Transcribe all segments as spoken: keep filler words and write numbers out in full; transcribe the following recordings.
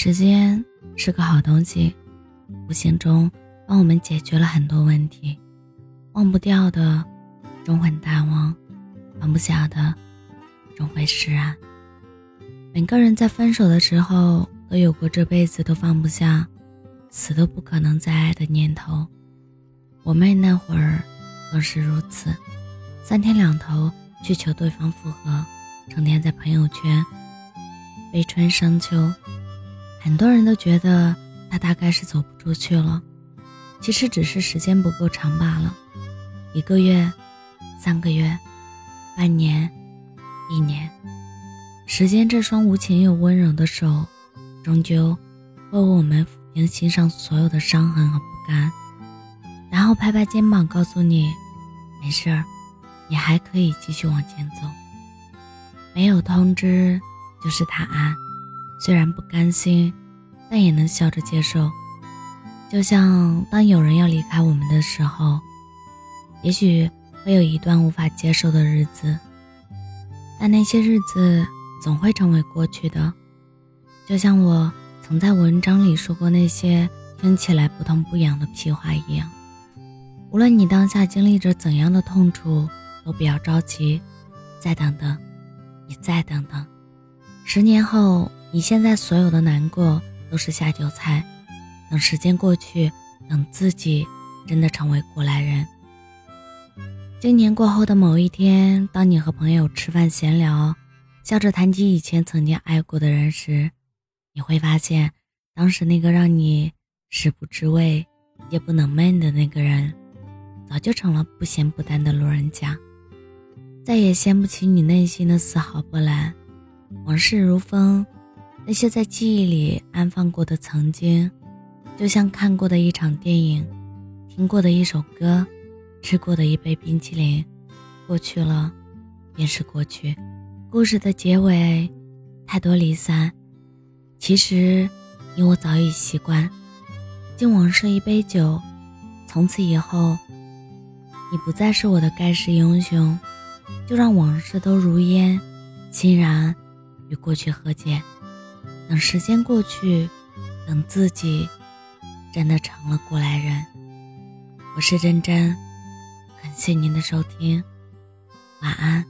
时间是个好东西，无形中帮我们解决了很多问题。忘不掉的终会淡忘，放不下的终会释然。每个人在分手的时候都有过这辈子都放不下，死都不可能再爱的念头。我妹那会儿更是如此，三天两头去求对方复合，成天在朋友圈悲春伤秋。很多人都觉得他大概是走不出去了，其实只是时间不够长罢了。一个月、三个月、半年、一年，时间这双无情又温柔的手，终究会为我们抚平心上所有的伤痕和不甘，然后拍拍肩膀告诉你，没事儿，你还可以继续往前走。没有通知就是答案，虽然不甘心，但也能笑着接受。就像当有人要离开我们的时候，也许会有一段无法接受的日子，但那些日子总会成为过去的。就像我曾在文章里说过那些听起来不痛不痒的屁话一样，无论你当下经历着怎样的痛楚，都不要着急，再等等，你再等等，十年后你现在所有的难过都是下酒菜，等时间过去，等自己真的成为过来人。今年过后的某一天，当你和朋友吃饭闲聊，笑着谈及以前曾经爱过的人时，你会发现当时那个让你食不知味夜不能寐的那个人，早就成了不咸不淡的路人甲，再也掀不起你内心的丝毫波澜。往事如风，那些在记忆里安放过的曾经，就像看过的一场电影，听过的一首歌，吃过的一杯冰淇淋，过去了便是过去。故事的结尾太多离散，其实你我早已习惯。敬往事一杯酒，从此以后你不再是我的盖世英雄，就让往事都如烟，欣然与过去和解。等时间过去，等自己真的成了过来人。我是真真，感谢您的收听，晚安。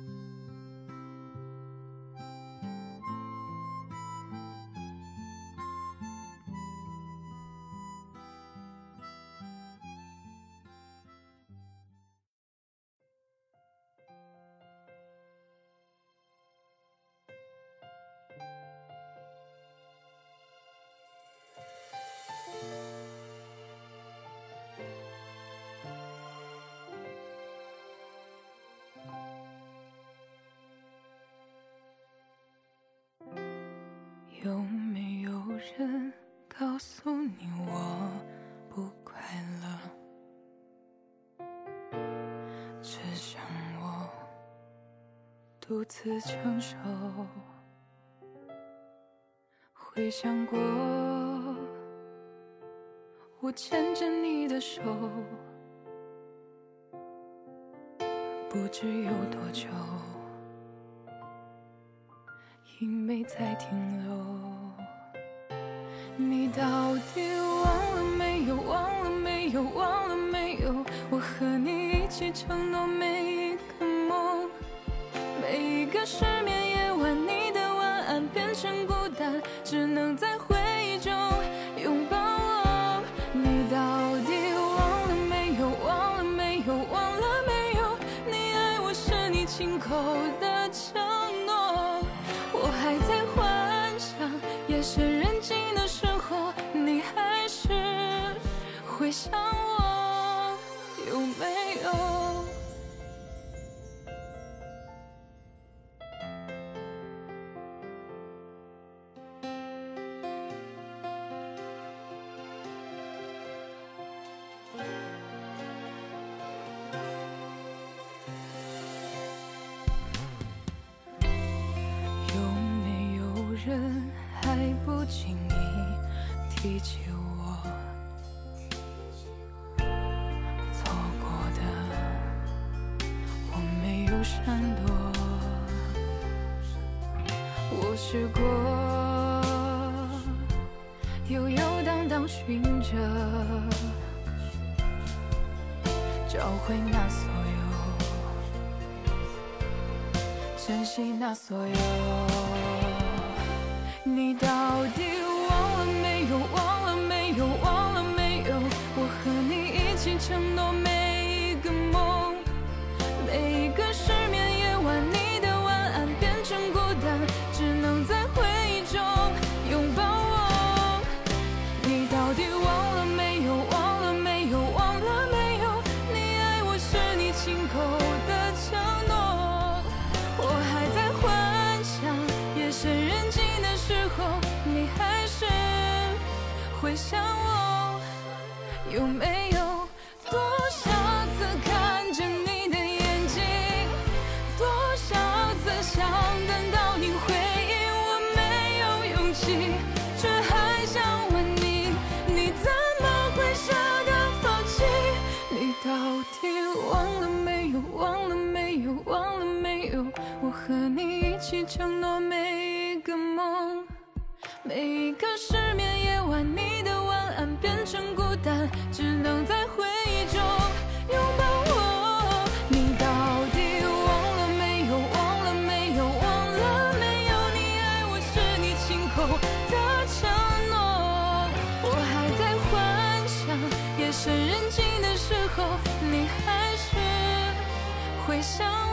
有没有人告诉你我不快乐？只想我独自承受。回想过我牵着你的手，不知有多久，已没再停留。你到底忘了没有？忘了没有？忘了没有？我和你一起承诺每一个梦，每一个失眠夜晚，你的晚安变成孤单，只能在回忆中拥抱我。你到底忘了没有？忘了没有？忘了没有？你爱我是你亲口的承诺，我还在幻想夜深人静的时候，你还是会想我，有没有？有没有人还不经意提起我？错过的我没有闪躲，我试过寻着，找回那所有，珍惜那所有。你到底忘了没有？忘了没有？忘了没有？我和你一起承诺每一个梦，每一个失眠夜晚，你的晚安变成孤单，只能在回忆中拥抱我。你到底忘了没有？忘了没有？忘了没有？你爱我是你亲口的承诺，我还在幻想夜深人静的时候，你还是会想我，有没有？多少次看着你的眼睛，多少次想等到你回应，我没有勇气，却还想问你，你怎么会舍得放弃？你到底忘了没有？忘了没有？忘了没有？我和你一起承诺每一个梦，每一个失眠夜晚，你的晚安变成孤单，只能在回忆中拥抱我。你到底忘了没有？忘了没有？忘了没有？你爱我是你亲口的承诺，我还在幻想夜深人静的时候，你还是会想我。